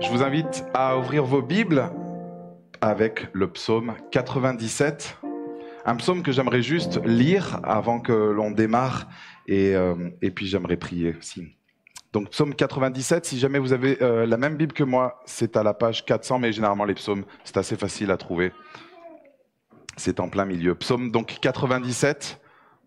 Je vous invite à ouvrir vos Bibles avec le psaume 97, un psaume que j'aimerais juste lire avant que l'on démarre et puis j'aimerais prier aussi. Donc psaume 97, si jamais vous avez la même Bible que moi, c'est à la page 400, mais généralement les psaumes, c'est assez facile à trouver. C'est en plein milieu. Psaume donc 97.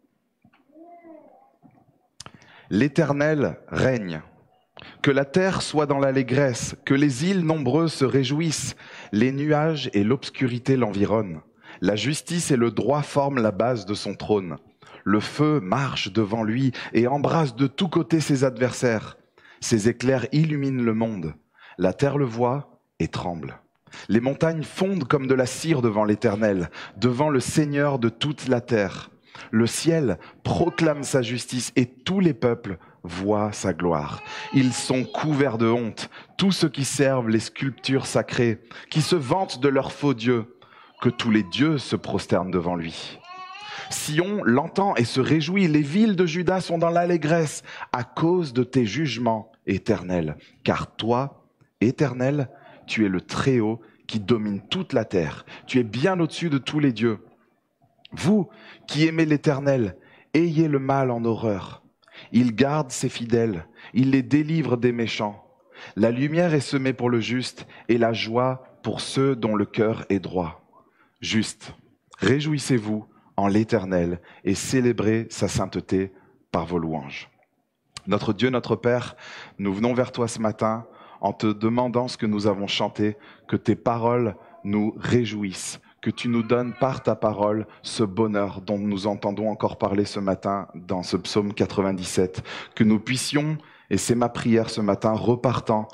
L'Éternel règne. Que la terre soit dans l'allégresse, que les îles nombreuses se réjouissent, les nuages et l'obscurité l'environnent. La justice et le droit forment la base de son trône. Le feu marche devant lui et embrasse de tous côtés ses adversaires. Ses éclairs illuminent le monde. La terre le voit et tremble. Les montagnes fondent comme de la cire devant l'Éternel, devant le Seigneur de toute la terre. Le ciel proclame sa justice et tous les peuples voient sa gloire. Ils sont couverts de honte, tous ceux qui servent les sculptures sacrées, qui se vantent de leur faux dieu, que tous les dieux se prosternent devant lui. Sion l'entend et se réjouit, les villes de Juda sont dans l'allégresse à cause de tes jugements éternels. Car toi, Éternel, tu es le Très-Haut qui domine toute la terre. Tu es bien au-dessus de tous les dieux. Vous qui aimez l'Éternel, ayez le mal en horreur. Il garde ses fidèles, il les délivre des méchants. La lumière est semée pour le juste et la joie pour ceux dont le cœur est droit. Juste, réjouissez-vous en l'Éternel et célébrez sa sainteté par vos louanges. Notre Dieu, notre Père, nous venons vers toi ce matin en te demandant ce que nous avons chanté, que tes paroles nous réjouissent, que tu nous donnes par ta parole ce bonheur dont nous entendons encore parler ce matin dans ce psaume 97, que nous puissions, et c'est ma prière ce matin, repartir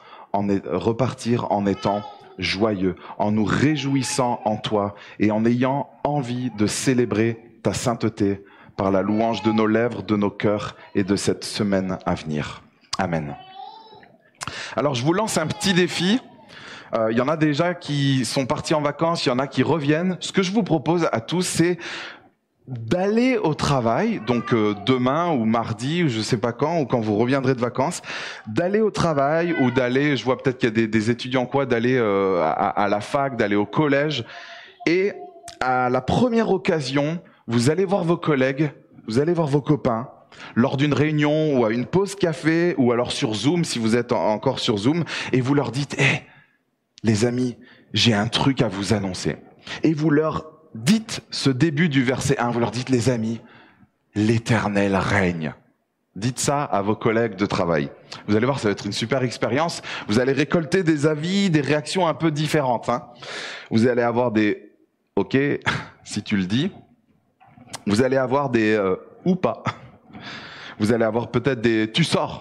en étant joyeux, en nous réjouissant en toi et en ayant envie de célébrer ta sainteté par la louange de nos lèvres, de nos cœurs et de cette semaine à venir. Amen. Alors je vous lance un petit défi. Il y en a déjà qui sont partis en vacances, il y en a qui reviennent. Ce que je vous propose à tous, c'est d'aller au travail, donc demain ou mardi ou je sais pas quand, ou quand vous reviendrez de vacances, d'aller au travail ou d'aller, je vois peut-être qu'il y a des étudiants d'aller à la fac, d'aller au collège. Et à la première occasion, vous allez voir vos collègues, vous allez voir vos copains, lors d'une réunion ou à une pause café ou alors sur Zoom, si vous êtes encore sur Zoom, et vous leur dites « Hey, les amis, j'ai un truc à vous annoncer. » Et vous leur dites ce début du verset 1, vous leur dites, les amis, l'Éternel règne. Dites ça à vos collègues de travail. Vous allez voir, ça va être une super expérience. Vous allez récolter des avis, des réactions un peu différentes. Vous allez avoir des « ok », si tu le dis. Vous allez avoir des « ou pas ». Vous allez avoir peut-être des « tu sors ».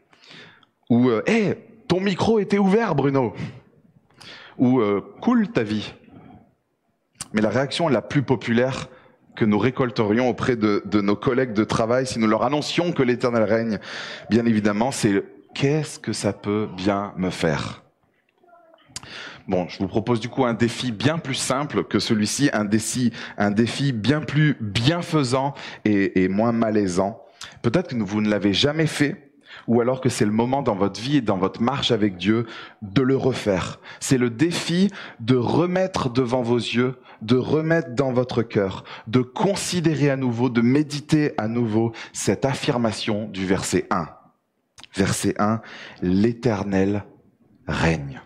Ou « hey, ton micro était ouvert, Bruno ». Ou cool ta vie. Mais la réaction la plus populaire que nous récolterions auprès de nos collègues de travail, si nous leur annoncions que l'Éternel règne, bien évidemment, c'est « qu'est-ce que ça peut bien me faire ?» Bon, je vous propose du coup un défi bien plus simple que celui-ci, un défi bien plus bienfaisant et moins malaisant. Peut-être que vous ne l'avez jamais fait, ou alors que c'est le moment dans votre vie et dans votre marche avec Dieu de le refaire. C'est le défi de remettre devant vos yeux, de remettre dans votre cœur, de considérer à nouveau, de méditer à nouveau cette affirmation du verset 1. Verset 1, l'Éternel règne.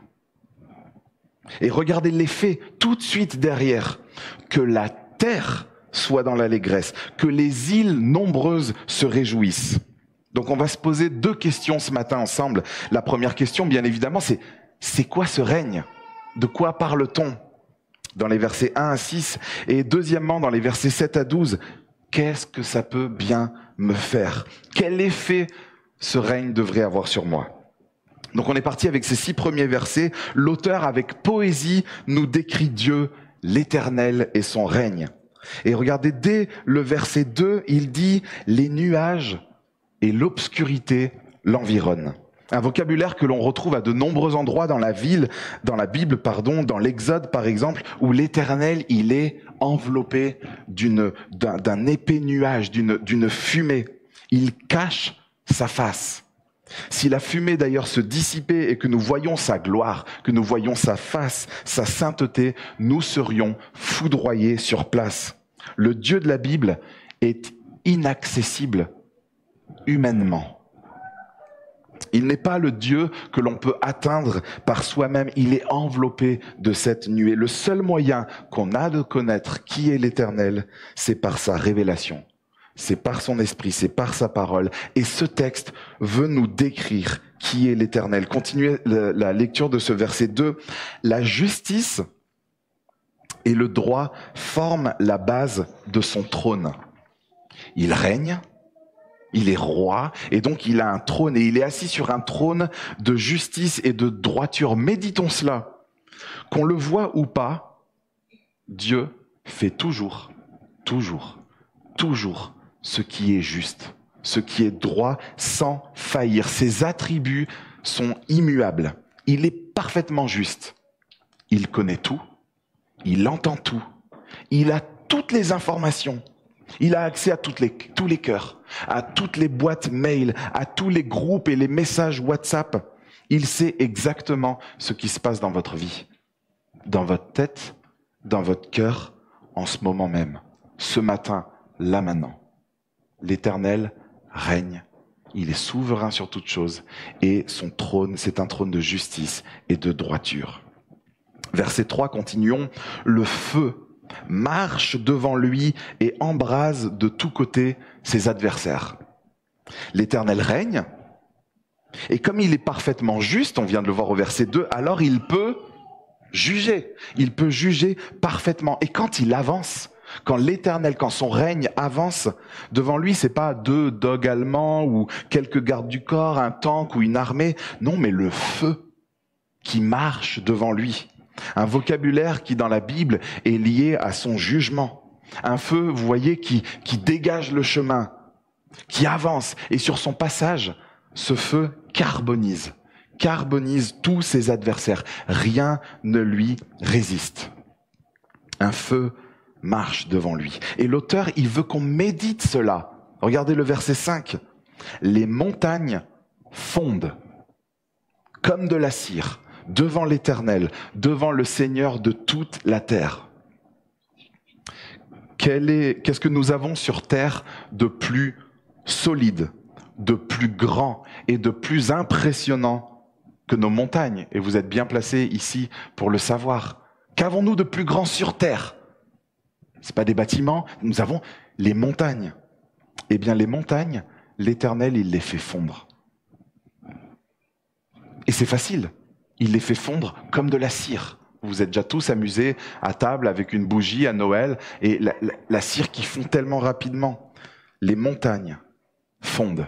Et regardez l'effet tout de suite derrière, que la terre soit dans l'allégresse, que les îles nombreuses se réjouissent. Donc on va se poser deux questions ce matin ensemble. La première question, bien évidemment, c'est quoi ce règne ? De quoi parle-t-on ? Dans les versets 1 à 6. Et deuxièmement, dans les versets 7 à 12, qu'est-ce que ça peut bien me faire ? Quel effet ce règne devrait avoir sur moi ? Donc on est parti avec ces 6 premiers versets. L'auteur, avec poésie, nous décrit Dieu, l'Éternel et son règne. Et regardez, dès le verset 2, il dit « les nuages » et l'obscurité l'environne. Un vocabulaire que l'on retrouve à de nombreux endroits dans la Bible, dans l'Exode par exemple, où l'Éternel, il est enveloppé d'un épais nuage, d'une fumée. Il cache sa face. Si la fumée d'ailleurs se dissipait et que nous voyions sa gloire, que nous voyions sa face, sa sainteté, nous serions foudroyés sur place. Le Dieu de la Bible est inaccessible humainement. Il n'est pas le Dieu que l'on peut atteindre par soi-même. Il est enveloppé de cette nuée. Le seul moyen qu'on a de connaître qui est l'Éternel, c'est par sa révélation. C'est par son esprit, c'est par sa parole. Et ce texte veut nous décrire qui est l'Éternel. Continuez la lecture de ce verset 2. La justice et le droit forment la base de son trône. Il règne, il est roi, et donc il a un trône, et il est assis sur un trône de justice et de droiture. Méditons cela. Qu'on le voit ou pas, Dieu fait toujours ce qui est juste, ce qui est droit sans faillir. Ses attributs sont immuables. Il est parfaitement juste. Il connaît tout. Il entend tout. Il a toutes les informations. Il a accès à tous les cœurs, à toutes les boîtes mail, à tous les groupes et les messages WhatsApp. Il sait exactement ce qui se passe dans votre vie, dans votre tête, dans votre cœur, en ce moment même, ce matin, là maintenant. L'Éternel règne, il est souverain sur toutes choses et son trône, c'est un trône de justice et de droiture. Verset 3, continuons. Le feu marche devant lui et embrase de tous côtés ses adversaires. L'Éternel règne et comme il est parfaitement juste, on vient de le voir au verset 2, alors il peut juger. Il peut juger parfaitement. Et quand il avance, quand l'Éternel, quand son règne avance, devant lui, c'est pas 2 dogs allemands ou quelques gardes du corps, un tank ou une armée. Non, mais le feu qui marche devant lui. Un vocabulaire qui, dans la Bible, est lié à son jugement. Un feu, vous voyez, qui dégage le chemin, qui avance. Et sur son passage, ce feu carbonise tous ses adversaires. Rien ne lui résiste. Un feu marche devant lui. Et l'auteur, il veut qu'on médite cela. Regardez le verset 5. Les montagnes fondent comme de la cire devant l'Éternel, devant le Seigneur de toute la terre. Qu'est-ce que nous avons sur terre de plus solide, de plus grand et de plus impressionnant que nos montagnes? Et vous êtes bien placés ici pour le savoir. Qu'avons-nous de plus grand sur terre? C'est pas des bâtiments, nous avons les montagnes. Eh bien, les montagnes, l'Éternel, il les fait fondre. Et c'est facile. Il les fait fondre comme de la cire. Vous vous êtes déjà tous amusés à table avec une bougie à Noël et la cire qui fond tellement rapidement. Les montagnes fondent.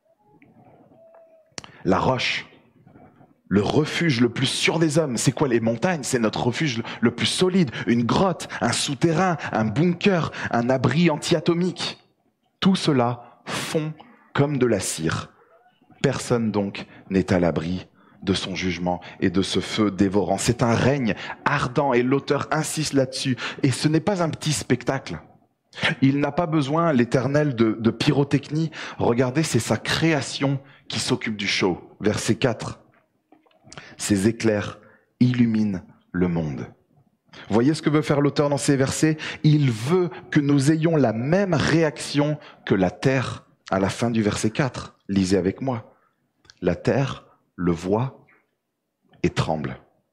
La roche, le refuge le plus sûr des hommes, c'est quoi les montagnes? C'est notre refuge le plus solide. Une grotte, un souterrain, un bunker, un abri anti-atomique. Tout cela fond comme de la cire. Personne donc n'est à l'abri de son jugement et de ce feu dévorant. C'est un règne ardent et l'auteur insiste là-dessus. Et ce n'est pas un petit spectacle. Il n'a pas besoin, l'Éternel, de pyrotechnie. Regardez, c'est sa création qui s'occupe du show. Verset 4. Ces éclairs illuminent le monde. Voyez ce que veut faire l'auteur dans ces versets? Il veut que nous ayons la même réaction que la terre à la fin du verset 4. Lisez avec moi. La terre le voit et tremble.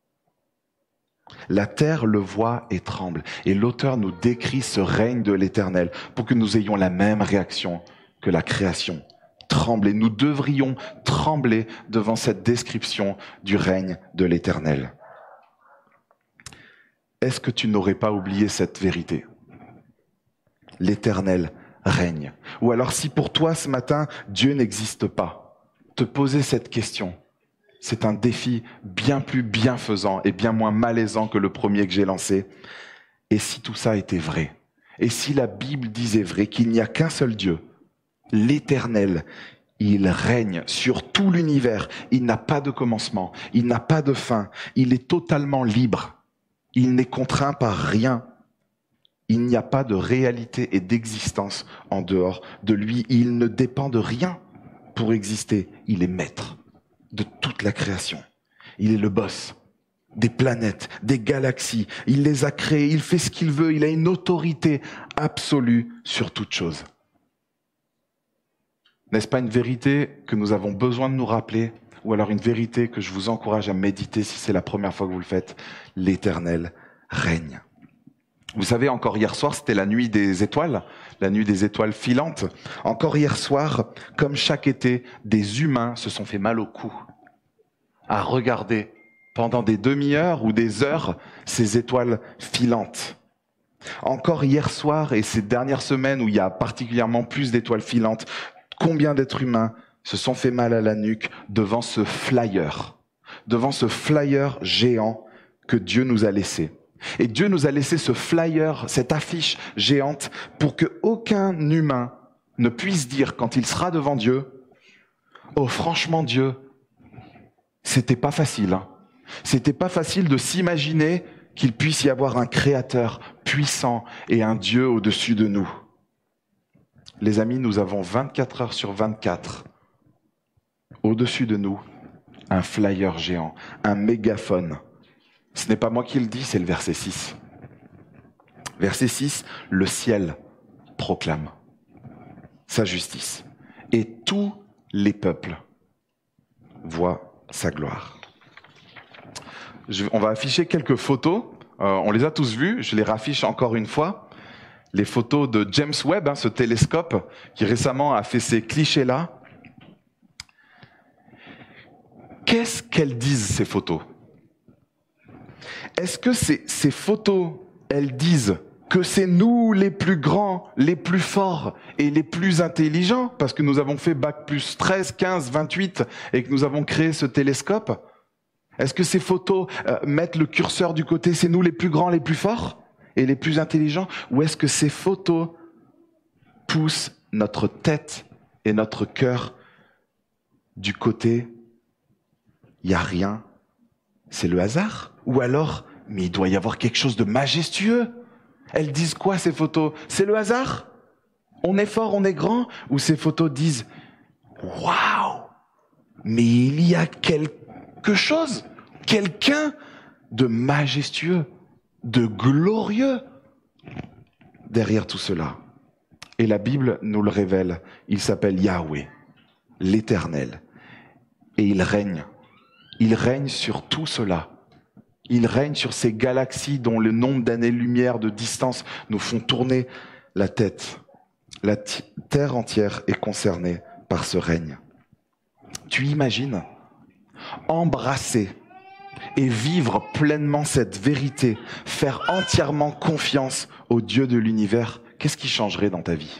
La terre le voit et tremble. Et l'auteur nous décrit ce règne de l'Éternel pour que nous ayons la même réaction que la création. Trembler. Nous devrions trembler devant cette description du règne de l'Éternel. Est-ce que tu n'aurais pas oublié cette vérité? L'Éternel règne. Ou alors si pour toi ce matin, Dieu n'existe pas, te poser cette question, c'est un défi bien plus bienfaisant et bien moins malaisant que le premier que j'ai lancé. Et si tout ça était vrai? Et si la Bible disait vrai, qu'il n'y a qu'un seul Dieu, l'Éternel, il règne sur tout l'univers, il n'a pas de commencement, il n'a pas de fin, il est totalement libre, il n'est contraint par rien. Il n'y a pas de réalité et d'existence en dehors de lui. Il ne dépend de rien pour exister. il est maître de toute la création. Il est le boss des planètes, des galaxies. Il les a créées, il fait ce qu'il veut, il a une autorité absolue sur toute chose. N'est-ce pas une vérité que nous avons besoin de nous rappeler, ou alors une vérité que je vous encourage à méditer si c'est la première fois que vous le faites? L'Éternel règne. Vous savez, encore hier soir, c'était la nuit des étoiles filantes. Encore hier soir, comme chaque été, des humains se sont fait mal au cou à regarder pendant des demi-heures ou des heures ces étoiles filantes. Encore hier soir et ces dernières semaines où il y a particulièrement plus d'étoiles filantes, combien d'êtres humains se sont fait mal à la nuque devant ce flyer géant que Dieu nous a laissé. Et Dieu nous a laissé ce flyer, cette affiche géante, pour que aucun humain ne puisse dire quand il sera devant Dieu, « Oh, franchement, Dieu, c'était pas facile. Hein. C'était pas facile de s'imaginer qu'il puisse y avoir un créateur puissant et un Dieu au-dessus de nous. » Les amis, nous avons 24 heures sur 24, au-dessus de nous, un flyer géant, un mégaphone. Ce n'est pas moi qui le dis, c'est le verset 6. Verset 6, le ciel proclame sa justice et tous les peuples voient sa gloire. On va afficher quelques photos, on les a tous vues, je les raffiche encore une fois. Les photos de James Webb, ce télescope qui récemment a fait ces clichés-là. Qu'est-ce qu'elles disent, ces photos ? Est-ce que ces photos, elles disent que c'est nous les plus grands, les plus forts et les plus intelligents parce que nous avons fait bac plus 13, 15, 28 et que nous avons créé ce télescope? Est-ce que ces photos mettent le curseur du côté, c'est nous les plus grands, les plus forts et les plus intelligents? Ou est-ce que ces photos poussent notre tête et notre cœur du côté, il n'y a rien, c'est le hasard? Ou alors, mais il doit y avoir quelque chose de majestueux. Elles disent quoi ces photos? C'est le hasard? On est fort, on est grand? Ou ces photos disent, waouh, mais il y a quelque chose, quelqu'un de majestueux, de glorieux derrière tout cela. Et la Bible nous le révèle, il s'appelle Yahweh, l'Éternel. Et il règne sur tout cela. Il règne sur ces galaxies dont le nombre d'années-lumière de distance nous font tourner la tête. La terre entière est concernée par ce règne. Tu imagines embrasser et vivre pleinement cette vérité, faire entièrement confiance au Dieu de l'univers, qu'est-ce qui changerait dans ta vie?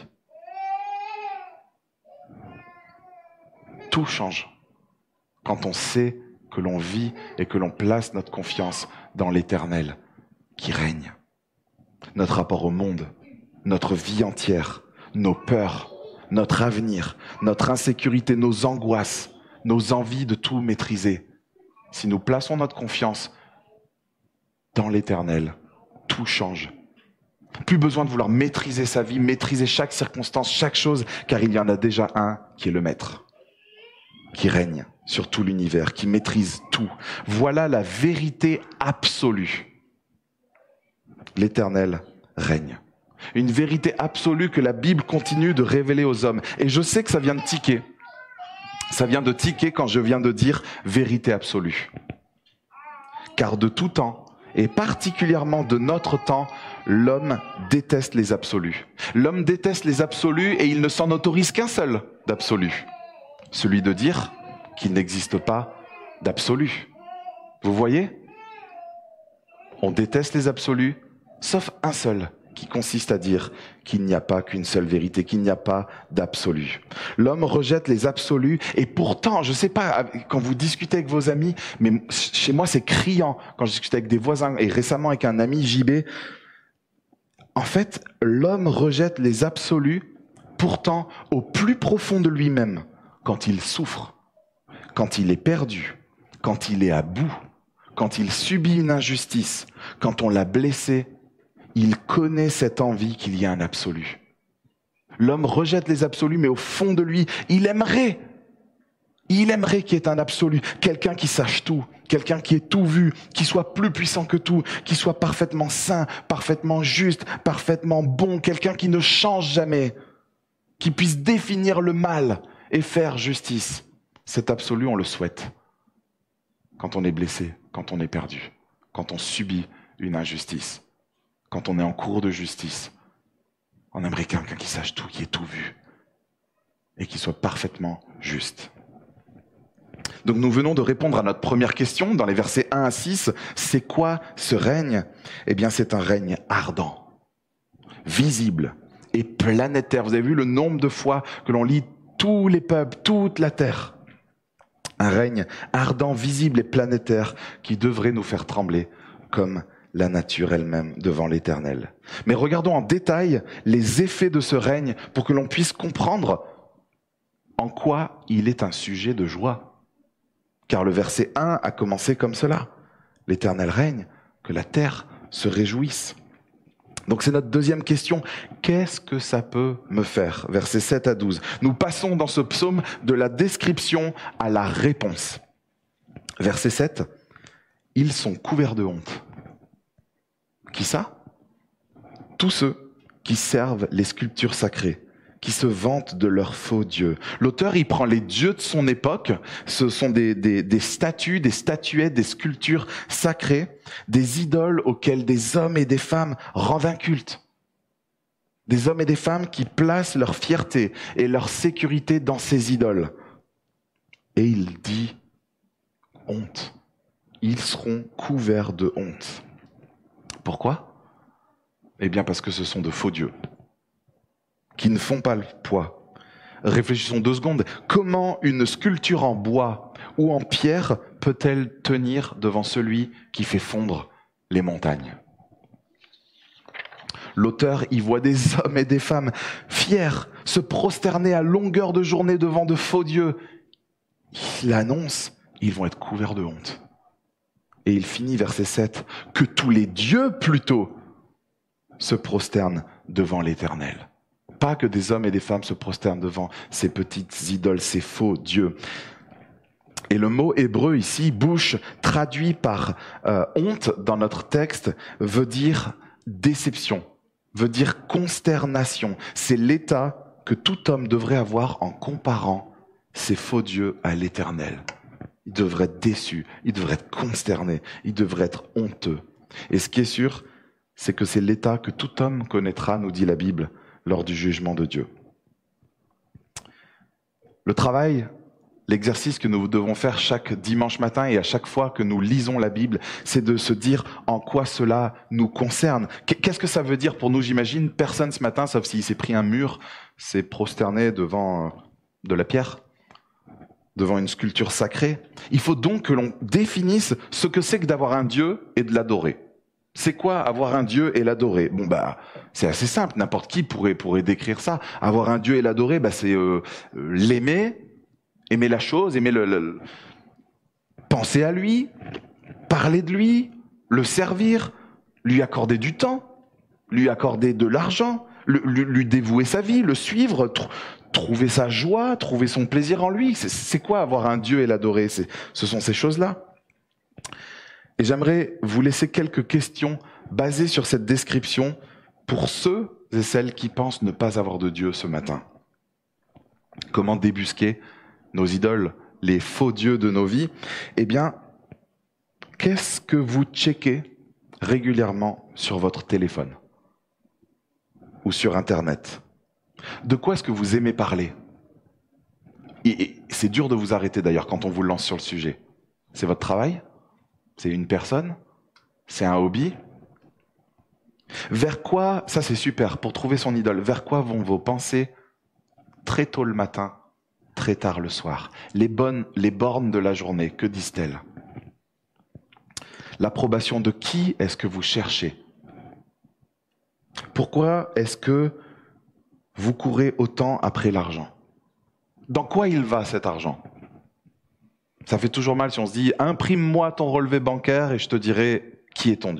Tout change quand on sait que l'on vit et que l'on place notre confiance dans l'Éternel qui règne. Notre rapport au monde, notre vie entière, nos peurs, notre avenir, notre insécurité, nos angoisses, nos envies de tout maîtriser. Si nous plaçons notre confiance dans l'Éternel, tout change. Plus besoin de vouloir maîtriser sa vie, maîtriser chaque circonstance, chaque chose, car il y en a déjà un qui est le Maître, qui règne sur tout l'univers, qui maîtrise tout. Voilà la vérité absolue. L'Éternel règne. Une vérité absolue que la Bible continue de révéler aux hommes. Et je sais que ça vient de tiquer. Ça vient de tiquer quand je viens de dire vérité absolue. Car de tout temps, et particulièrement de notre temps, l'homme déteste les absolus. L'homme déteste les absolus et il ne s'en autorise qu'un seul d'absolu. Celui de dire qu'il n'existe pas d'absolu. Vous voyez? On déteste les absolus, sauf un seul, qui consiste à dire qu'il n'y a pas qu'une seule vérité, qu'il n'y a pas d'absolu. L'homme rejette les absolus, et pourtant, je ne sais pas, quand vous discutez avec vos amis, mais chez moi c'est criant, quand je discute avec des voisins, et récemment avec un ami JB, en fait, l'homme rejette les absolus, pourtant, au plus profond de lui-même, quand il souffre, quand il est perdu, quand il est à bout, quand il subit une injustice, quand on l'a blessé, il connaît cette envie qu'il y a un absolu. L'homme rejette les absolus, mais au fond de lui, il aimerait Il aimerait qu'il y ait un absolu, quelqu'un qui sache tout, quelqu'un qui ait tout vu, qui soit plus puissant que tout, qui soit parfaitement saint, parfaitement juste, parfaitement bon, quelqu'un qui ne change jamais, qui puisse définir le mal et faire justice. Cet absolu, on le souhaite quand on est blessé, quand on est perdu, quand on subit une injustice, quand on est en cours de justice. On aimerait quelqu'un qui sache tout, qui ait tout vu et qui soit parfaitement juste. Donc nous venons de répondre à notre première question dans les versets 1 à 6. C'est quoi ce règne ? Eh bien c'est un règne ardent, visible et planétaire. Vous avez vu le nombre de fois que l'on lit tous les peuples, toute la terre. Un règne ardent, visible et planétaire qui devrait nous faire trembler comme la nature elle-même devant l'Éternel. Mais regardons en détail les effets de ce règne pour que l'on puisse comprendre en quoi il est un sujet de joie. Car le verset 1 a commencé comme cela. L'Éternel règne, que la terre se réjouisse. Donc c'est notre deuxième question. Qu'est-ce que ça peut me faire ? Versets 7 à 12. Nous passons dans ce psaume de la description à la réponse. Verset 7. Ils sont couverts de honte. Qui ça ? Tous ceux qui servent les sculptures sacrées, qui se vantent de leurs faux dieux. L'auteur, il prend les dieux de son époque, ce sont des statues, des statuettes, des sculptures sacrées, des idoles auxquelles des hommes et des femmes rendent un culte. Des hommes et des femmes qui placent leur fierté et leur sécurité dans ces idoles. Et il dit honte. Ils seront couverts de honte. Pourquoi ? Eh bien parce que ce sont de faux dieux qui ne font pas le poids. Réfléchissons 2 secondes. Comment une sculpture en bois ou en pierre peut-elle tenir devant celui qui fait fondre les montagnes ? L'auteur y voit des hommes et des femmes fiers se prosterner à longueur de journée devant de faux dieux. Il annonce, ils vont être couverts de honte. Et il finit, verset 7, que tous les dieux plutôt se prosternent devant l'Éternel. Pas que des hommes et des femmes se prosternent devant ces petites idoles, ces faux dieux. Et le mot hébreu ici, bouche, traduit par honte dans notre texte, veut dire déception, veut dire consternation. C'est l'état que tout homme devrait avoir en comparant ces faux dieux à l'Éternel. Il devrait être déçu, il devrait être consterné, il devrait être honteux. Et ce qui est sûr, c'est que c'est l'état que tout homme connaîtra, nous dit la Bible, lors du jugement de Dieu. Le travail, l'exercice que nous devons faire chaque dimanche matin et à chaque fois que nous lisons la Bible, c'est de se dire en quoi cela nous concerne. Qu'est-ce que ça veut dire pour nous ? J'imagine personne ce matin, sauf s'il s'est pris un mur, s'est prosterné devant de la pierre, devant une sculpture sacrée. Il faut donc que l'on définisse ce que c'est que d'avoir un Dieu et de l'adorer. C'est quoi avoir un Dieu et l'adorer ? Bon c'est assez simple, n'importe qui pourrait décrire ça. Avoir un Dieu et l'adorer, c'est l'aimer, aimer la chose, aimer penser à lui, parler de lui, le servir, lui accorder du temps, lui accorder de l'argent, lui dévouer sa vie, le suivre, trouver sa joie, trouver son plaisir en lui. C'est quoi avoir un Dieu et l'adorer ? Ce sont ces choses-là. Et j'aimerais vous laisser quelques questions basées sur cette description pour ceux et celles qui pensent ne pas avoir de Dieu ce matin. Comment débusquer nos idoles, les faux dieux de nos vies ? Eh bien, qu'est-ce que vous checkez régulièrement sur votre téléphone ou sur Internet ? De quoi est-ce que vous aimez parler ? Et c'est dur de vous arrêter d'ailleurs quand on vous lance sur le sujet. C'est votre travail ? C'est une personne ? C'est un hobby ? Vers quoi, ça c'est super, pour trouver son idole, vers quoi vont vos pensées très tôt le matin, très tard le soir ? Les bornes de la journée, que disent-elles ? L'approbation de qui est-ce que vous cherchez ? Pourquoi est-ce que vous courez autant après l'argent ? Dans quoi il va cet argent ? Ça fait toujours mal si on se dit « imprime-moi ton relevé bancaire et je te dirai qui est ton Dieu ».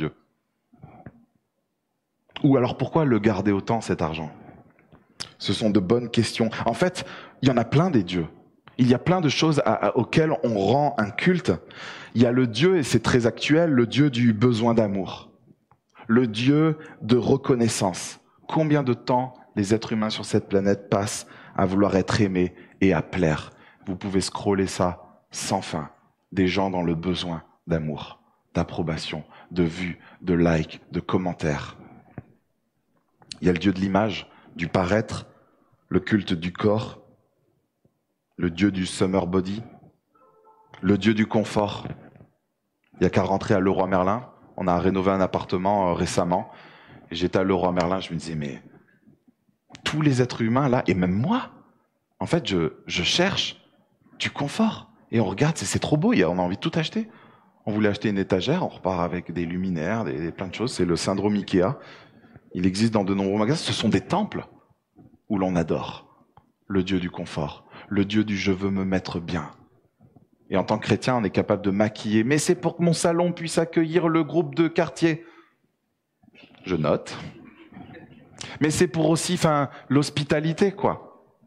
Ou alors pourquoi le garder autant cet argent ? Ce sont de bonnes questions. En fait, il y en a plein des dieux. Il y a plein de choses auxquelles on rend un culte. Il y a le Dieu, et c'est très actuel, le Dieu du besoin d'amour. Le Dieu de reconnaissance. Combien de temps les êtres humains sur cette planète passent à vouloir être aimés et à plaire? Vous pouvez scroller ça sans fin. Des gens dans le besoin d'amour, d'approbation, de vues, de likes, de commentaires. Il y a le Dieu de l'image, du paraître, le culte du corps, le Dieu du summer body, le Dieu du confort. Il n'y a qu'à rentrer à Leroy Merlin. On a rénové un appartement récemment. Et j'étais à Leroy Merlin, je me disais, mais tous les êtres humains là, et même moi, en fait, je cherche du confort. Et on regarde, c'est trop beau, on a envie de tout acheter. On voulait acheter une étagère, on repart avec des luminaires, plein de choses. C'est le syndrome Ikea. Il existe dans de nombreux magasins. Ce sont des temples où l'on adore le Dieu du confort, le Dieu du je veux me mettre bien. Et en tant que chrétien, on est capable de maquiller. Mais c'est pour que mon salon puisse accueillir le groupe de quartier. Je note. Mais c'est pour aussi, l'hospitalité, quoi.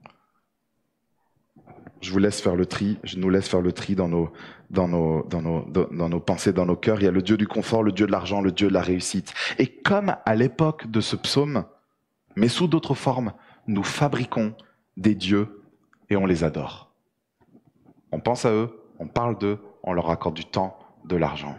Je vous laisse faire le tri, je nous laisse faire le tri dans nos pensées, dans nos cœurs. Il y a le Dieu du confort, le Dieu de l'argent, le Dieu de la réussite. Et comme à l'époque de ce psaume, mais sous d'autres formes, nous fabriquons des dieux et on les adore. On pense à eux, on parle d'eux, on leur accorde du temps, de l'argent.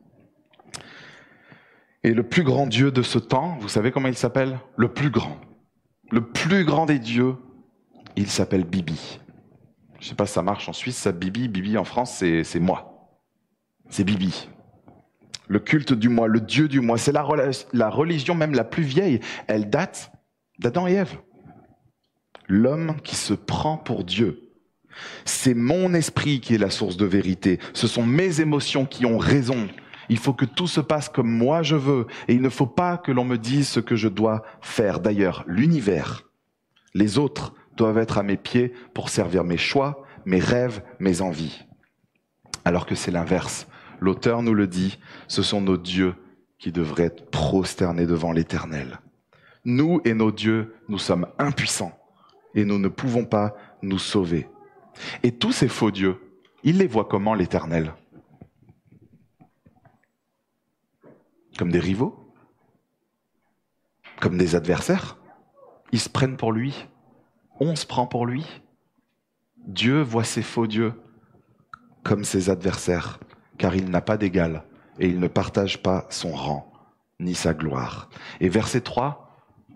Et le plus grand Dieu de ce temps, vous savez comment il s'appelle? Le plus grand des dieux, il s'appelle Bibi. Je ne sais pas si ça marche en Suisse, ça, Bibi. Bibi en France, c'est moi. C'est Bibi. Le culte du moi, le Dieu du moi. C'est la religion même la plus vieille. Elle date d'Adam et Ève. L'homme qui se prend pour Dieu. C'est mon esprit qui est la source de vérité. Ce sont mes émotions qui ont raison. Il faut que tout se passe comme moi je veux. Et il ne faut pas que l'on me dise ce que je dois faire. D'ailleurs, l'univers, les autres, doivent être à mes pieds pour servir mes choix, mes rêves, mes envies. Alors que c'est l'inverse. L'auteur nous le dit, ce sont nos dieux qui devraient être prosternés devant l'Éternel. Nous et nos dieux, nous sommes impuissants et nous ne pouvons pas nous sauver. Et tous ces faux dieux, il les voit comment l'Éternel? Comme des rivaux? Comme des adversaires? Ils se prennent pour lui? On se prend pour lui? Dieu voit ces faux dieux comme ses adversaires, car il n'a pas d'égal et il ne partage pas son rang ni sa gloire. Et verset 3,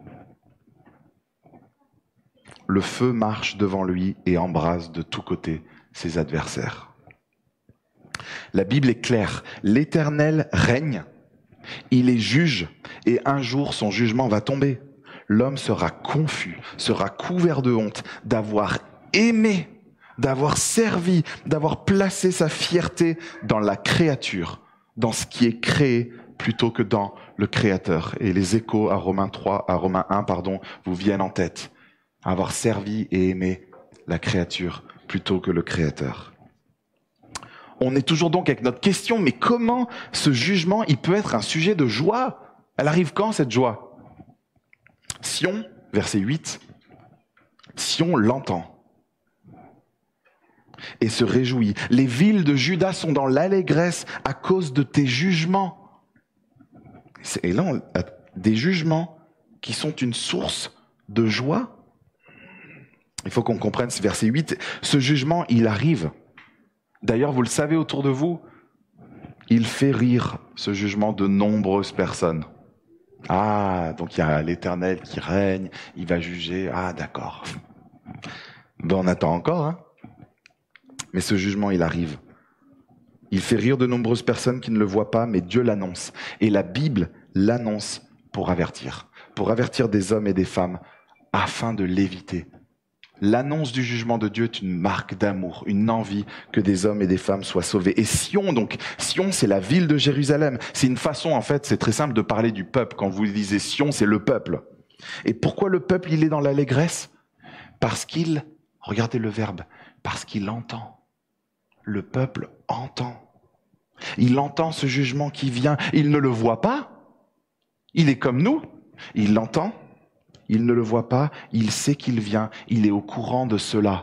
le feu marche devant lui et embrase de tous côtés ses adversaires. La Bible est claire, l'Éternel règne, il est juge et un jour son jugement va tomber. L'homme sera confus, sera couvert de honte d'avoir aimé, d'avoir servi, d'avoir placé sa fierté dans la créature, dans ce qui est créé plutôt que dans le Créateur. Et les échos à Romains 1, vous viennent en tête. Avoir servi et aimé la créature plutôt que le Créateur. On est toujours donc avec notre question, mais comment ce jugement, il peut être un sujet de joie? Elle arrive quand cette joie? Sion, verset 8, Sion l'entend et se réjouit. Les villes de Juda sont dans l'allégresse à cause de tes jugements. Et là, on a des jugements qui sont une source de joie. Il faut qu'on comprenne ce verset 8. Ce jugement, il arrive. D'ailleurs, vous le savez autour de vous, il fait rire ce jugement de nombreuses personnes. Ah, donc il y a l'Éternel qui règne, il va juger. Ah, d'accord. Ben, on attend encore, hein. Mais ce jugement, il arrive. Il fait rire de nombreuses personnes qui ne le voient pas, mais Dieu l'annonce. Et la Bible l'annonce pour avertir des hommes et des femmes afin de l'éviter. L'annonce du jugement de Dieu est une marque d'amour, une envie que des hommes et des femmes soient sauvés. Et Sion, c'est la ville de Jérusalem. C'est une façon, en fait, c'est très simple de parler du peuple. Quand vous lisez Sion, c'est le peuple. Et pourquoi le peuple, il est dans l'allégresse? Parce qu'il, regardez le verbe, parce qu'il entend. Le peuple entend. Il entend ce jugement qui vient. Il ne le voit pas. Il est comme nous. Il l'entend. Il ne le voit pas, il sait qu'il vient, il est au courant de cela.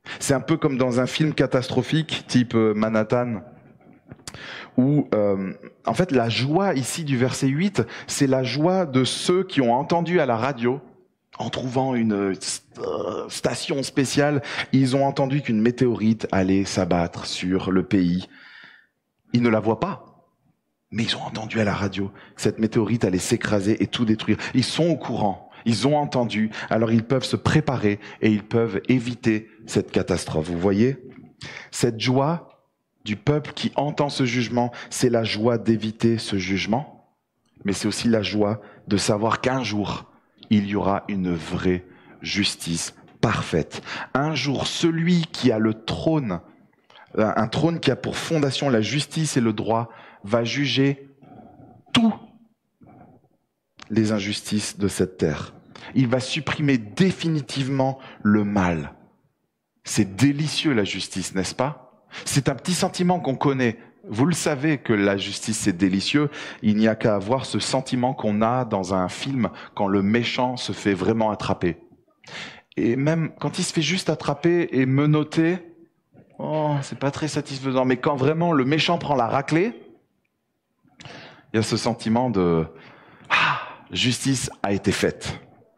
C'est un peu comme dans un film catastrophique, type Manhattan, où, en fait, la joie ici du verset 8, c'est la joie de ceux qui ont entendu à la radio, en trouvant une station spéciale, ils ont entendu qu'une météorite allait s'abattre sur le pays. Ils ne la voient pas, mais ils ont entendu à la radio que cette météorite allait s'écraser et tout détruire. Ils sont au courant, ils ont entendu, alors ils peuvent se préparer et ils peuvent éviter cette catastrophe. Vous voyez ? Cette joie du peuple qui entend ce jugement, c'est la joie d'éviter ce jugement, mais c'est aussi la joie de savoir qu'un jour, il y aura une vraie justice parfaite. Un jour, celui qui a le trône, un trône qui a pour fondation la justice et le droit, va juger toutes les injustices de cette terre. Il va supprimer définitivement le mal. C'est délicieux la justice, n'est-ce pas ? C'est un petit sentiment qu'on connaît. Vous le savez que la justice c'est délicieux. Il n'y a qu'à avoir ce sentiment qu'on a dans un film quand le méchant se fait vraiment attraper. Et même quand il se fait juste attraper et menotter, oh, c'est pas très satisfaisant. Mais quand vraiment le méchant prend la raclée, il y a ce sentiment de justice a été faite.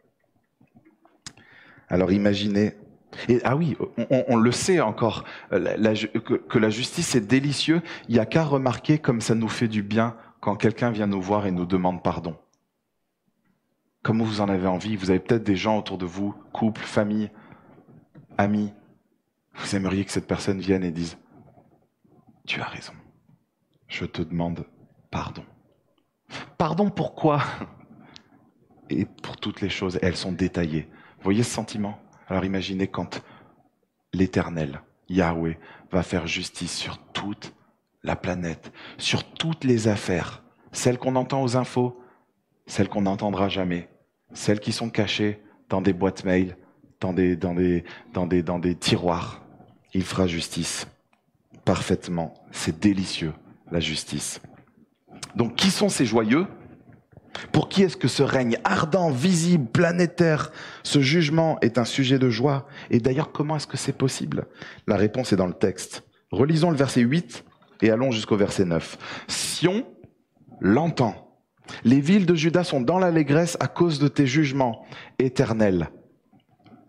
Alors imaginez. Et ah oui, on le sait encore, que la justice est délicieux. Il n'y a qu'à remarquer comme ça nous fait du bien quand quelqu'un vient nous voir et nous demande pardon. Comme vous en avez envie, vous avez peut-être des gens autour de vous, couple, famille, amis. Vous aimeriez que cette personne vienne et dise « Tu as raison, je te demande pardon. » Pardon pourquoi ? Et pour toutes les choses, elles sont détaillées. Vous voyez ce sentiment ? Alors imaginez quand l'Éternel, Yahweh, va faire justice sur toute la planète, sur toutes les affaires, celles qu'on entend aux infos, celles qu'on n'entendra jamais, celles qui sont cachées dans des boîtes mail, dans des tiroirs. Il fera justice parfaitement. C'est délicieux, la justice. Donc qui sont ces joyeux ? Pour qui est-ce que ce règne ardent, visible, planétaire, ce jugement est un sujet de joie ? Et d'ailleurs, comment est-ce que c'est possible ? La réponse est dans le texte. Relisons le verset 8 et allons jusqu'au verset 9. Sion l'entend. Les villes de Juda sont dans l'allégresse à cause de tes jugements éternels. Pourquoi ?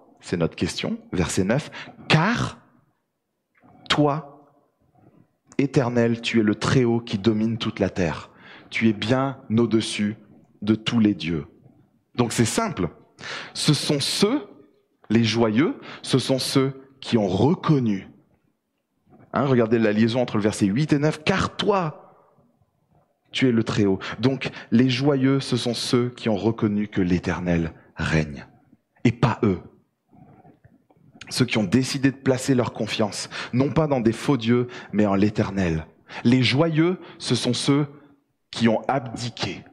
C'est notre question. Verset 9. Car toi, Éternel, tu es le Très-Haut qui domine toute la terre. Tu es bien au-dessus de tous les dieux. Donc c'est simple. Ce sont ceux, les joyeux, ce sont ceux qui ont reconnu. Regardez la liaison entre le verset 8 et 9. Car toi, tu es le Très-Haut. Donc les joyeux, ce sont ceux qui ont reconnu que l'Éternel règne. Et pas eux. Ceux qui ont décidé de placer leur confiance, non pas dans des faux dieux, mais en l'Éternel. Les joyeux, ce sont ceux qui ont abdiqué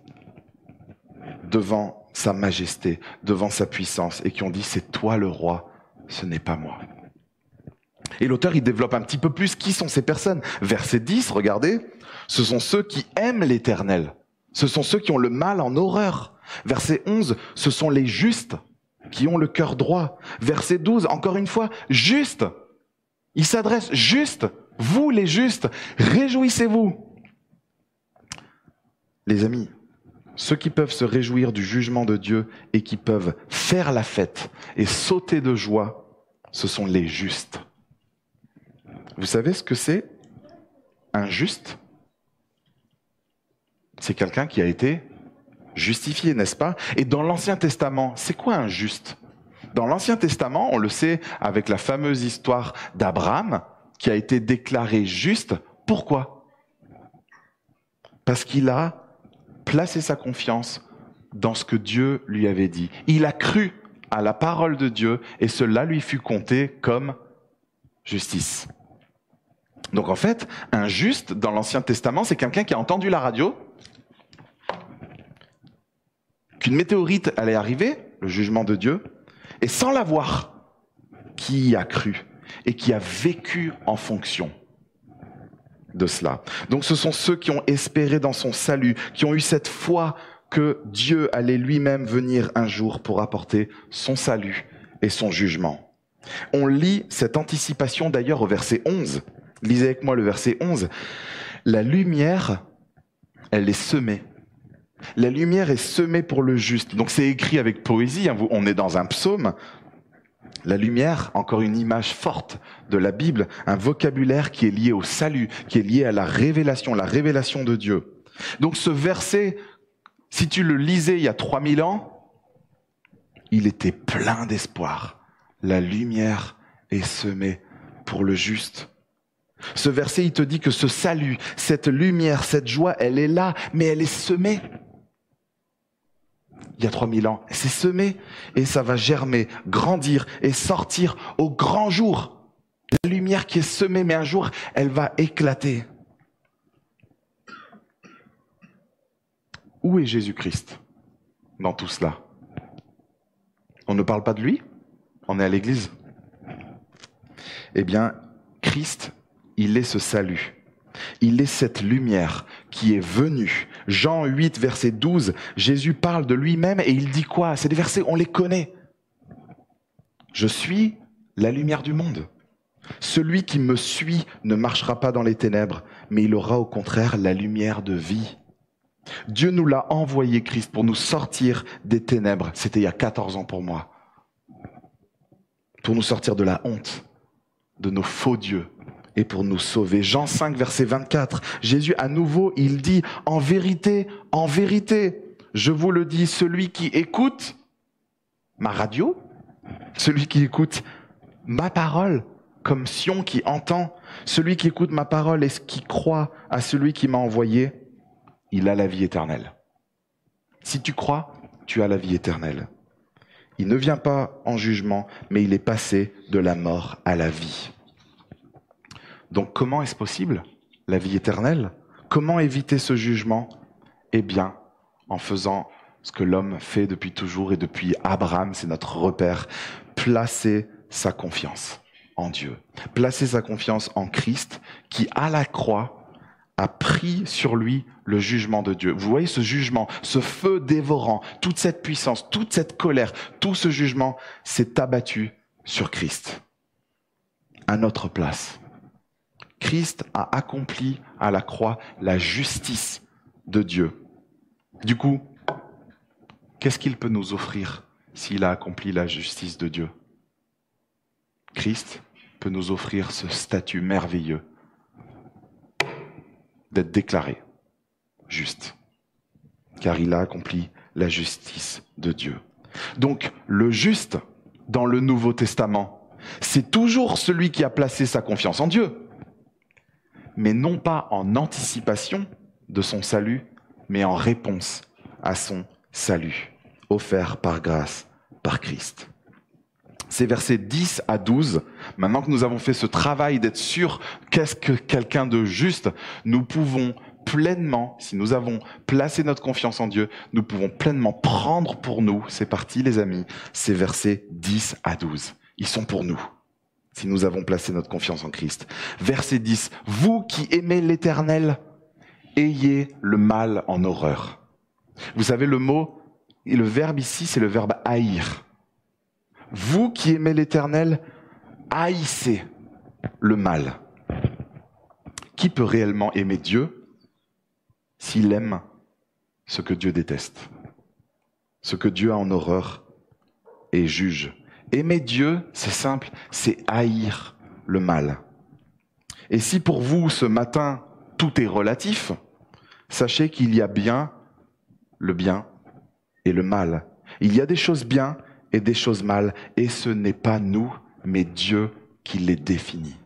devant sa majesté, devant sa puissance, et qui ont dit « c'est toi le roi, ce n'est pas moi ». Et l'auteur, il développe un petit peu plus qui sont ces personnes. Verset 10, regardez, ce sont ceux qui aiment l'Éternel, ce sont ceux qui ont le mal en horreur. Verset 11, ce sont les justes qui ont le cœur droit. Verset 12, encore une fois, juste, il s'adresse juste, vous les justes, réjouissez-vous. Les amis, ceux qui peuvent se réjouir du jugement de Dieu et qui peuvent faire la fête et sauter de joie, ce sont les justes. Vous savez ce que c'est un juste ? C'est quelqu'un qui a été justifié, n'est-ce pas ? Et dans l'Ancien Testament, c'est quoi un juste ? Dans l'Ancien Testament, on le sait avec la fameuse histoire d'Abraham qui a été déclaré juste. Pourquoi ? Parce qu'il a placé sa confiance dans ce que Dieu lui avait dit. Il a cru à la parole de Dieu et cela lui fut compté comme justice. Donc en fait, un juste dans l'Ancien Testament, c'est quelqu'un qui a entendu la radio, qu'une météorite allait arriver, le jugement de Dieu, et sans la voir, qui y a cru et qui a vécu en fonction de cela. Donc ce sont ceux qui ont espéré dans son salut, qui ont eu cette foi que Dieu allait lui-même venir un jour pour apporter son salut et son jugement. On lit cette anticipation d'ailleurs au verset 11. Lisez avec moi le verset 11. La lumière, elle est semée. La lumière est semée pour le juste. Donc c'est écrit avec poésie, hein, on est dans un psaume. La lumière, encore une image forte de la Bible, un vocabulaire qui est lié au salut, qui est lié à la révélation de Dieu. Donc ce verset, si tu le lisais il y a 3000 ans, il était plein d'espoir. La lumière est semée pour le juste. Ce verset, il te dit que ce salut, cette lumière, cette joie, elle est là, mais elle est semée. Il y a 3000 ans, c'est semé et ça va germer, grandir et sortir au grand jour. La lumière qui est semée, mais un jour, elle va éclater. Où est Jésus-Christ dans tout cela? On ne parle pas de lui? On est à l'église? Eh bien, Christ, il est ce salut. Il est cette lumière qui est venue. Jean 8, verset 12, Jésus parle de lui-même et il dit quoi? C'est des versets, on les connaît. Je suis la lumière du monde. Celui qui me suit ne marchera pas dans les ténèbres, mais il aura au contraire la lumière de vie. Dieu nous l'a envoyé, Christ, pour nous sortir des ténèbres. C'était il y a 14 ans pour moi. Pour nous sortir de la honte, de nos faux dieux. Et pour nous sauver. Jean 5, verset 24, Jésus, à nouveau, il dit, en vérité, je vous le dis, celui qui écoute ma radio, celui qui écoute ma parole, comme Sion qui entend, celui qui écoute ma parole et qui croit à celui qui m'a envoyé, il a la vie éternelle. Si tu crois, tu as la vie éternelle. Il ne vient pas en jugement, mais il est passé de la mort à la vie. Donc comment est-ce possible, la vie éternelle? Comment éviter ce jugement? Eh bien, en faisant ce que l'homme fait depuis toujours et depuis Abraham, c'est notre repère, placer sa confiance en Dieu. Placer sa confiance en Christ qui, à la croix, a pris sur lui le jugement de Dieu. Vous voyez ce jugement, ce feu dévorant, toute cette puissance, toute cette colère, tout ce jugement s'est abattu sur Christ, à notre place. Christ a accompli à la croix la justice de Dieu. Du coup, qu'est-ce qu'il peut nous offrir s'il a accompli la justice de Dieu? Christ peut nous offrir ce statut merveilleux d'être déclaré juste, car il a accompli la justice de Dieu. Donc, le juste, dans le Nouveau Testament, c'est toujours celui qui a placé sa confiance en Dieu, mais non pas en anticipation de son salut, mais en réponse à son salut, offert par grâce, par Christ. Ces versets 10 à 12, maintenant que nous avons fait ce travail d'être sûr qu'est-ce que quelqu'un de juste, nous pouvons pleinement, si nous avons placé notre confiance en Dieu, nous pouvons pleinement prendre pour nous, c'est parti les amis, ces versets 10 à 12. Ils sont pour nous, si nous avons placé notre confiance en Christ. Verset 10, « Vous qui aimez l'Éternel, ayez le mal en horreur. » Vous savez, le mot, et le verbe ici, c'est le verbe « haïr ». Vous qui aimez l'Éternel, haïssez le mal. Qui peut réellement aimer Dieu s'il aime ce que Dieu déteste, ce que Dieu a en horreur et juge? Aimer Dieu, c'est simple, c'est haïr le mal. Et si pour vous, ce matin, tout est relatif, sachez qu'il y a bien le bien et le mal. Il y a des choses bien et des choses mal, et ce n'est pas nous, mais Dieu qui les définit.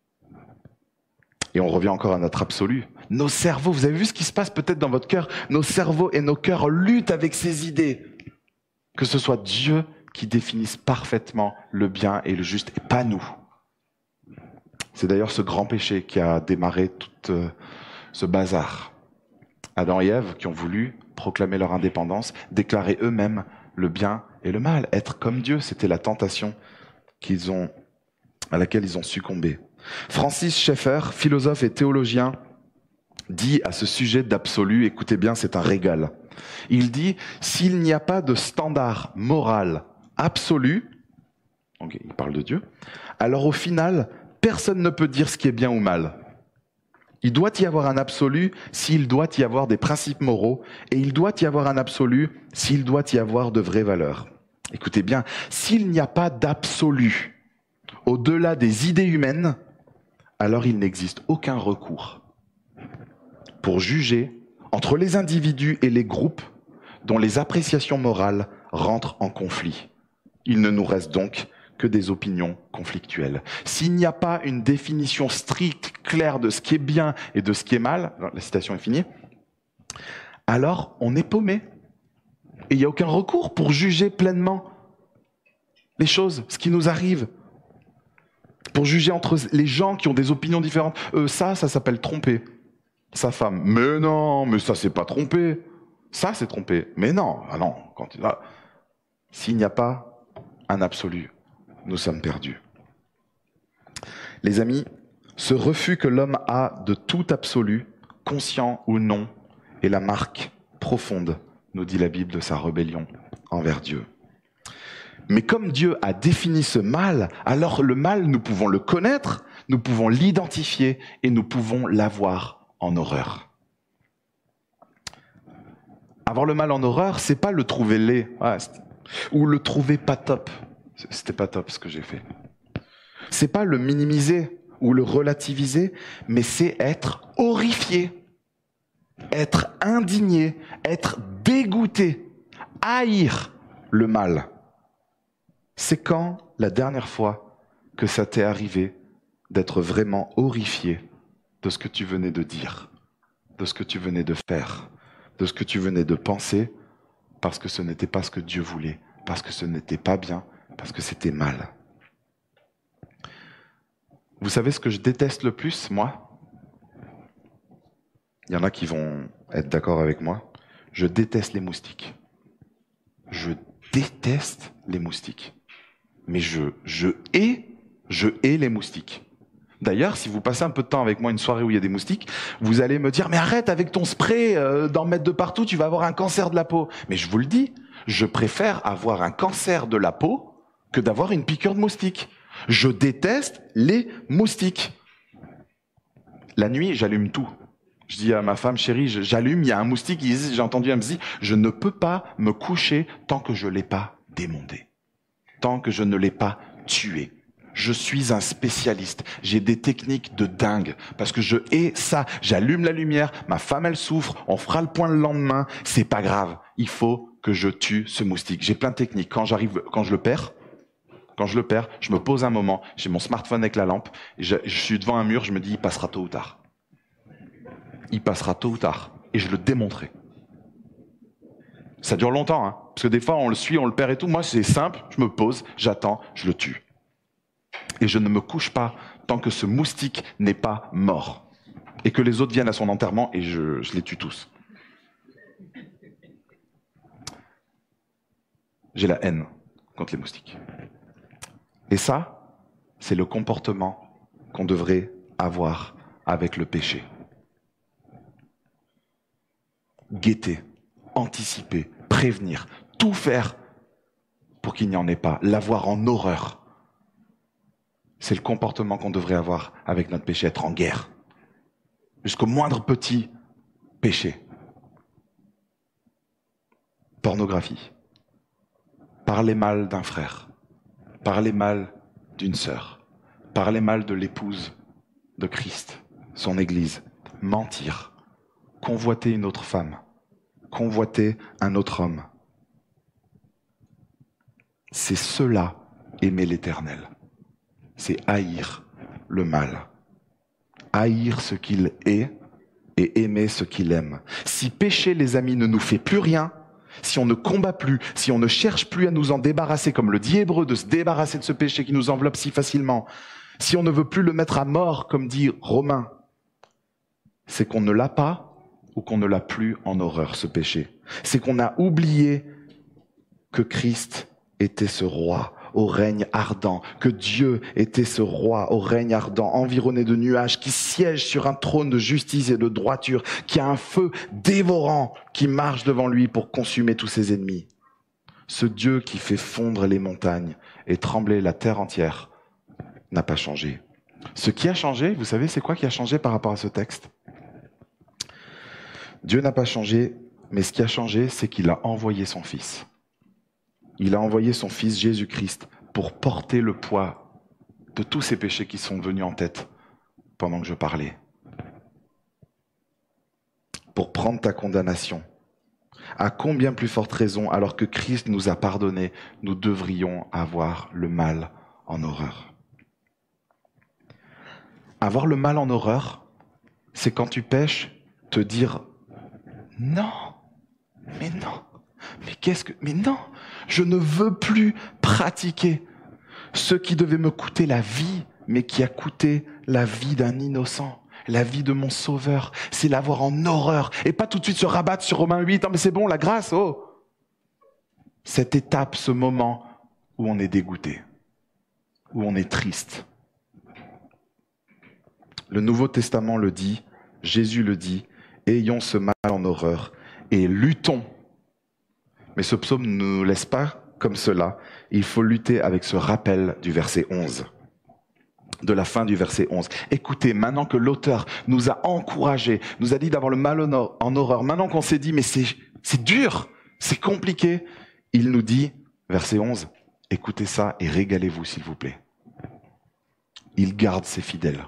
Et on revient encore à notre absolu. Nos cerveaux, vous avez vu ce qui se passe peut-être dans votre cœur? Nos cerveaux et nos cœurs luttent avec ces idées. Que ce soit Dieu qui définisse parfaitement le bien et le juste, et pas nous. C'est d'ailleurs ce grand péché qui a démarré tout ce bazar. Adam et Ève qui ont voulu proclamer leur indépendance, déclarer eux-mêmes le bien et le mal, être comme Dieu, c'était la tentation à laquelle ils ont succombé. Francis Schaeffer, philosophe et théologien, dit à ce sujet d'absolu, écoutez bien, c'est un régal. Il dit, s'il n'y a pas de standard moral absolu, donc il parle de Dieu, alors au final, personne ne peut dire ce qui est bien ou mal. Il doit y avoir un absolu s'il doit y avoir des principes moraux, et il doit y avoir un absolu s'il doit y avoir de vraies valeurs. Écoutez bien, s'il n'y a pas d'absolu au-delà des idées humaines, alors il n'existe aucun recours pour juger entre les individus et les groupes dont les appréciations morales rentrent en conflit. Il ne nous reste donc que des opinions conflictuelles. S'il n'y a pas une définition stricte, claire de ce qui est bien et de ce qui est mal, la citation est finie, alors on est paumé. Et il n'y a aucun recours pour juger pleinement les choses, ce qui nous arrive. Pour juger entre les gens qui ont des opinions différentes. Ça s'appelle tromper sa femme. Mais non, mais ça c'est pas tromper. Ça c'est tromper. Mais non, ah non, s'il n'y a pas un absolu, nous sommes perdus. Les amis, ce refus que l'homme a de tout absolu, conscient ou non, est la marque profonde, nous dit la Bible, de sa rébellion envers Dieu. Mais comme Dieu a défini ce mal, alors le mal, nous pouvons le connaître, nous pouvons l'identifier et nous pouvons l'avoir en horreur. Avoir le mal en horreur, c'est pas le trouver laid, ou le trouver pas top. C'était pas top ce que j'ai fait. C'est pas le minimiser ou le relativiser, mais c'est être horrifié, être indigné, être dégoûté, haïr le mal. C'est quand la dernière fois que ça t'est arrivé d'être vraiment horrifié de ce que tu venais de dire, de ce que tu venais de faire, de ce que tu venais de penser, parce que ce n'était pas ce que Dieu voulait, parce que ce n'était pas bien, parce que c'était mal. Vous savez ce que je déteste le plus, moi ? Il y en a qui vont être d'accord avec moi. Je déteste les moustiques. Je déteste les moustiques. Mais je hais les moustiques. D'ailleurs, si vous passez un peu de temps avec moi une soirée où il y a des moustiques, vous allez me dire « Mais arrête avec ton spray, d'en mettre de partout, tu vas avoir un cancer de la peau. » Mais je vous le dis, je préfère avoir un cancer de la peau que d'avoir une piqûre de moustique. Je déteste les moustiques. La nuit, j'allume tout. Je dis à ma femme, chérie, j'allume, il y a un moustique, j'ai entendu un bzzz, je ne peux pas me coucher tant que je ne l'ai pas démonté, tant que je ne l'ai pas tué. Je suis un spécialiste, j'ai des techniques de dingue, parce que je hais ça. J'allume la lumière, ma femme elle souffre, on fera le point le lendemain, c'est pas grave, il faut que je tue ce moustique. J'ai plein de techniques, quand je le perds, je me pose un moment, j'ai mon smartphone avec la lampe, je suis devant un mur, je me dis il passera tôt ou tard. Il passera tôt ou tard, et je le démonterai. Ça dure longtemps, hein, parce que des fois on le suit, on le perd et tout. Moi c'est simple, je me pose, j'attends, je le tue. Et je ne me couche pas tant que ce moustique n'est pas mort. Et que les autres viennent à son enterrement et je les tue tous. J'ai la haine contre les moustiques. Et ça, c'est le comportement qu'on devrait avoir avec le péché. Guetter, anticiper, prévenir, tout faire pour qu'il n'y en ait pas, l'avoir en horreur. C'est le comportement qu'on devrait avoir avec notre péché, être en guerre. Jusqu'au moindre petit péché. Pornographie. Parler mal d'un frère. Parler mal d'une sœur. Parler mal de l'épouse de Christ, son Église. Mentir. Convoiter une autre femme. Convoiter un autre homme. C'est cela, aimer l'Éternel. C'est haïr le mal. Haïr ce qu'il est et aimer ce qu'il aime. Si pécher, les amis, ne nous fait plus rien, si on ne combat plus, si on ne cherche plus à nous en débarrasser, comme le dit Hébreu, de se débarrasser de ce péché qui nous enveloppe si facilement, si on ne veut plus le mettre à mort, comme dit Romain, c'est qu'on ne l'a pas ou qu'on ne l'a plus en horreur, ce péché. C'est qu'on a oublié que Christ était ce roi au règne ardent, que Dieu était ce roi au règne ardent, environné de nuages, qui siège sur un trône de justice et de droiture, qui a un feu dévorant qui marche devant lui pour consumer tous ses ennemis. ce Dieu qui fait fondre les montagnes et trembler la terre entière, n'a pas changé. Ce qui a changé, vous savez, c'est quoi qui a changé par rapport à ce texte? Dieu n'a pas changé, mais ce qui a changé, c'est qu'il a envoyé son Fils. Il a envoyé son Fils Jésus-Christ pour porter le poids de tous ces péchés qui sont venus en tête pendant que je parlais. Pour prendre ta condamnation. À combien plus forte raison, alors que Christ nous a pardonné, nous devrions avoir le mal en horreur. Avoir le mal en horreur, c'est quand tu pèches, te dire « Non, mais non, mais non, je ne veux plus pratiquer ce qui devait me coûter la vie, mais qui a coûté la vie d'un innocent. » La vie de mon sauveur, c'est l'avoir en horreur et pas tout de suite se rabattre sur Romains 8. « Ah mais c'est bon, la grâce, oh !» Cette étape, ce moment où on est dégoûté, où on est triste. Le Nouveau Testament le dit, Jésus le dit, ayons ce mal en horreur et luttons. Mais ce psaume ne nous laisse pas comme cela. Il faut lutter avec ce rappel du verset 11. De la fin du verset 11. Écoutez, maintenant que l'auteur nous a encouragés, nous a dit d'avoir le mal en horreur, maintenant qu'on s'est dit, mais c'est dur, c'est compliqué, il nous dit, verset 11, écoutez ça et régalez-vous s'il vous plaît. Il garde ses fidèles.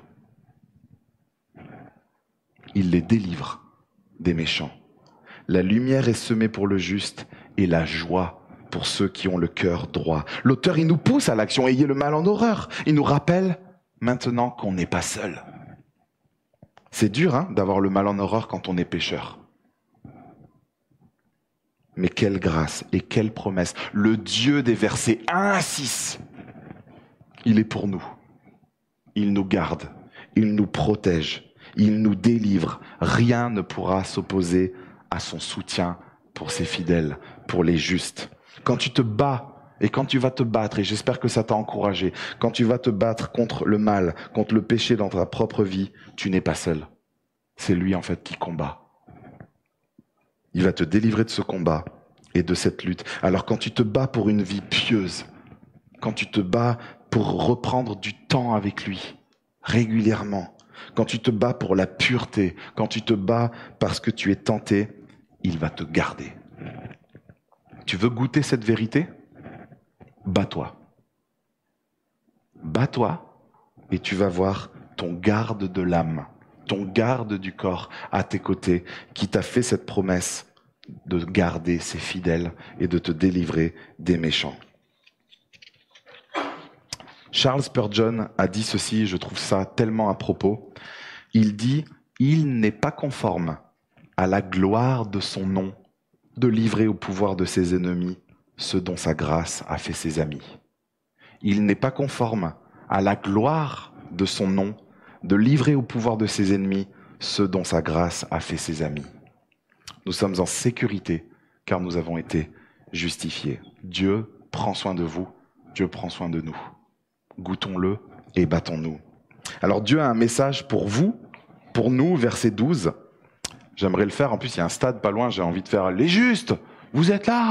Il les délivre des méchants. La lumière est semée pour le juste et la joie pour ceux qui ont le cœur droit. L'auteur, il nous pousse à l'action, ayez le mal en horreur. Il nous rappelle maintenant qu'on n'est pas seul. C'est dur d'avoir le mal en horreur quand on est pécheur. Mais quelle grâce et quelle promesse. Le Dieu des versets 1 à 6, il est pour nous. Il nous garde, il nous protège, il nous délivre. Rien ne pourra s'opposer à son soutien pour ses fidèles, pour les justes. Quand tu te bats, et quand tu vas te battre, et j'espère que ça t'a encouragé, quand tu vas te battre contre le mal, contre le péché dans ta propre vie, tu n'es pas seul. C'est lui en fait qui combat. Il va te délivrer de ce combat et de cette lutte. Alors quand tu te bats pour une vie pieuse, quand tu te bats pour reprendre du temps avec lui, régulièrement, quand tu te bats pour la pureté, quand tu te bats parce que tu es tenté, il va te garder. Tu veux goûter cette vérité ? Bats-toi. Bats-toi et tu vas voir ton garde de l'âme, ton garde du corps à tes côtés qui t'a fait cette promesse de garder ses fidèles et de te délivrer des méchants. Charles Spurgeon a dit ceci, je trouve ça tellement à propos. Il dit « Il n'est pas conforme à la gloire de son nom de livrer au pouvoir de ses ennemis ce dont sa grâce a fait ses amis. Il n'est pas conforme à la gloire de son nom de livrer au pouvoir de ses ennemis ce dont sa grâce a fait ses amis. Nous sommes en sécurité car nous avons été justifiés. Dieu prend soin de vous, Dieu prend soin de nous. Goûtons-le et battons-nous. Alors Dieu a un message pour vous, pour nous, verset 12. J'aimerais le faire, en plus il y a un stade pas loin, j'ai envie de faire « Les justes, vous êtes là !»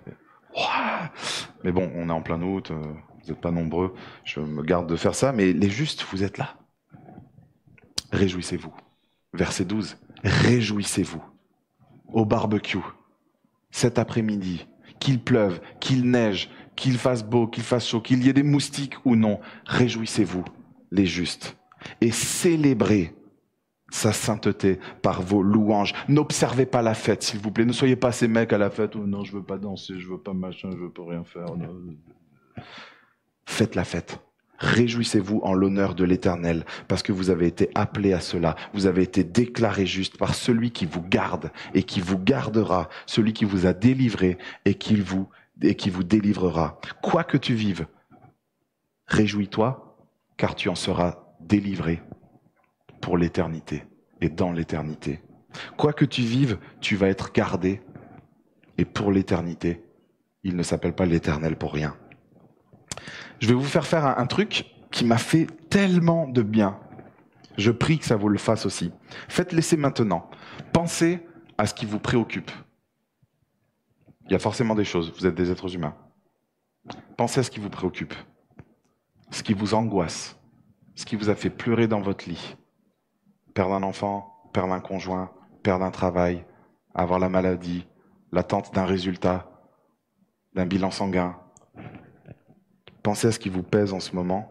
Mais bon, on est en plein août, vous n'êtes pas nombreux, je me garde de faire ça, mais les justes, vous êtes là. Réjouissez-vous. Verset 12, réjouissez-vous au barbecue, cet après-midi, qu'il pleuve, qu'il neige, qu'il fasse beau, qu'il fasse chaud, qu'il y ait des moustiques ou non, réjouissez-vous, les justes, et célébrez sa sainteté par vos louanges. N'observez pas la fête, s'il vous plaît. Ne soyez pas ces mecs à la fête. Oh non, je veux pas danser, je veux pas machin, je veux pas rien faire. Non. Faites la fête. Réjouissez-vous en l'honneur de l'Éternel, parce que vous avez été appelés à cela. Vous avez été déclarés justes par celui qui vous garde et qui vous gardera, celui qui vous a délivré et qui vous délivrera. Quoi que tu vives, réjouis-toi, car tu en seras délivré pour l'éternité et dans l'éternité. Quoi que tu vives, tu vas être gardé et pour l'éternité, il ne s'appelle pas l'Éternel pour rien. Je vais vous faire un truc qui m'a fait tellement de bien. Je prie que ça vous le fasse aussi. Faites l'essai maintenant. Pensez à ce qui vous préoccupe. Il y a forcément des choses, vous êtes des êtres humains. Pensez à ce qui vous préoccupe, ce qui vous angoisse, ce qui vous a fait pleurer dans votre lit. Perdre un enfant, perdre un conjoint, perdre un travail, avoir la maladie, l'attente d'un résultat, d'un bilan sanguin. Pensez à ce qui vous pèse en ce moment.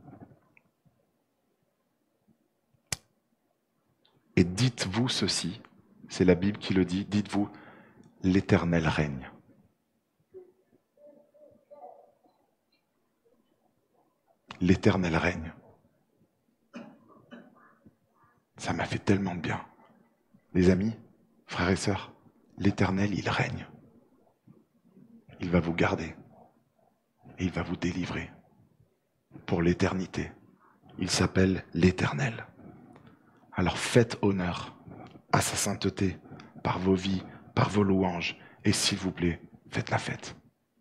Et dites-vous ceci, c'est la Bible qui le dit, dites-vous, l'Éternel règne. L'Éternel règne. Ça m'a fait tellement de bien. Les amis, frères et sœurs, l'Éternel, il règne. Il va vous garder. Et il va vous délivrer. Pour l'éternité. Il s'appelle l'Éternel. Alors faites honneur à sa sainteté, par vos vies, par vos louanges. Et s'il vous plaît, faites la fête.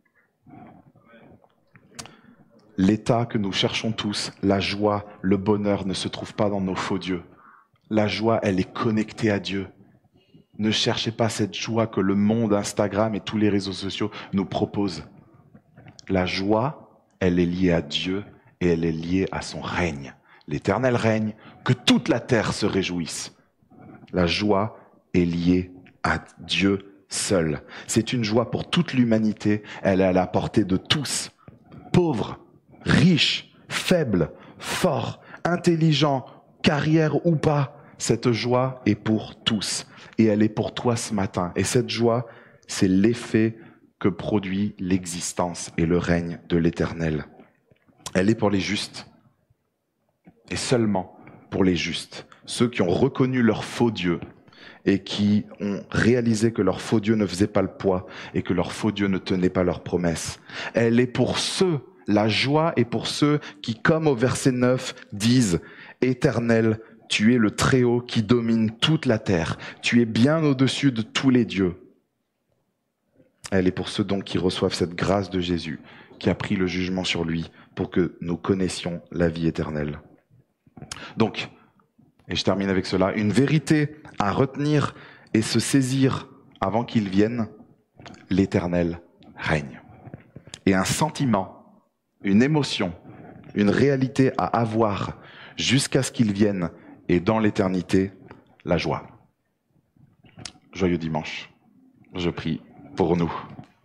L'état que nous cherchons tous, la joie, le bonheur ne se trouve pas dans nos faux dieux. La joie, elle est connectée à Dieu. Ne cherchez pas cette joie que le monde, Instagram et tous les réseaux sociaux nous proposent. La joie, elle est liée à Dieu et elle est liée à son règne. L'Éternel règne, que toute la terre se réjouisse. La joie est liée à Dieu seul. C'est une joie pour toute l'humanité, elle est à la portée de tous, pauvres, riches, faibles, forts, intelligents, carrière ou pas. Cette joie est pour tous et elle est pour toi ce matin. Et cette joie, c'est l'effet que produit l'existence et le règne de l'Éternel. Elle est pour les justes et seulement pour les justes, ceux qui ont reconnu leur faux Dieu et qui ont réalisé que leur faux Dieu ne faisait pas le poids et que leur faux Dieu ne tenait pas leurs promesses. Elle est pour ceux, la joie est pour ceux qui, comme au verset 9, disent « Éternel, tu es le Très-Haut qui domine toute la terre. Tu es bien au-dessus de tous les dieux. » Elle est pour ceux donc qui reçoivent cette grâce de Jésus, qui a pris le jugement sur lui pour que nous connaissions la vie éternelle. Donc, et je termine avec cela, une vérité à retenir et se saisir avant qu'il vienne, l'Éternel règne. Et un sentiment, une émotion, une réalité à avoir jusqu'à ce qu'il vienne et dans l'éternité, la joie. Joyeux dimanche. Je prie pour nous.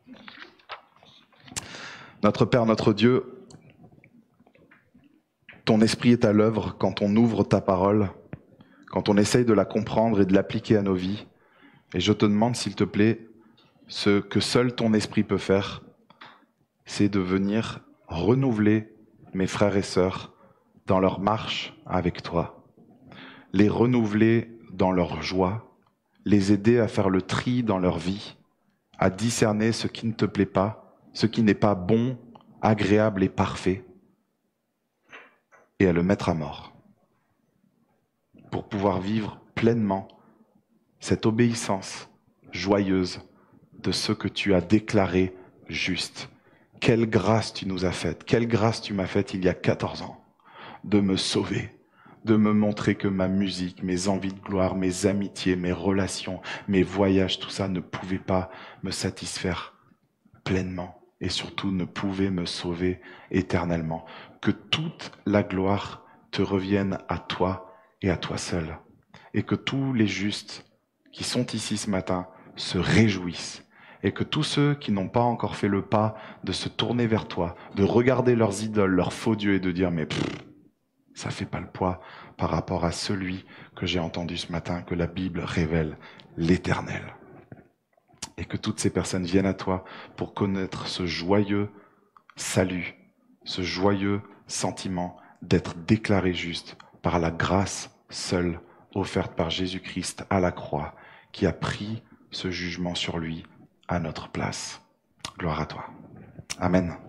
Notre Père, notre Dieu, ton esprit est à l'œuvre quand on ouvre ta parole, quand on essaye de la comprendre et de l'appliquer à nos vies. Et je te demande, s'il te plaît, ce que seul ton esprit peut faire, c'est de venir renouveler mes frères et sœurs dans leur marche avec toi, les renouveler dans leur joie, les aider à faire le tri dans leur vie, à discerner ce qui ne te plaît pas, ce qui n'est pas bon, agréable et parfait, et à le mettre à mort, pour pouvoir vivre pleinement cette obéissance joyeuse de ce que tu as déclaré juste. Quelle grâce tu nous as faite, quelle grâce tu m'as faite il y a 14 ans, de me sauver, de me montrer que ma musique, mes envies de gloire, mes amitiés, mes relations, mes voyages, tout ça ne pouvait pas me satisfaire pleinement et surtout ne pouvait me sauver éternellement. Que toute la gloire te revienne à toi et à toi seul. Et que tous les justes qui sont ici ce matin se réjouissent. Et que tous ceux qui n'ont pas encore fait le pas de se tourner vers toi, de regarder leurs idoles, leurs faux dieux et de dire « mais ça fait pas le poids par rapport à celui que j'ai entendu ce matin, que la Bible révèle, l'Éternel. » Et que toutes ces personnes viennent à toi pour connaître ce joyeux salut, ce joyeux sentiment d'être déclaré juste par la grâce seule offerte par Jésus-Christ à la croix, qui a pris ce jugement sur lui à notre place. Gloire à toi. Amen.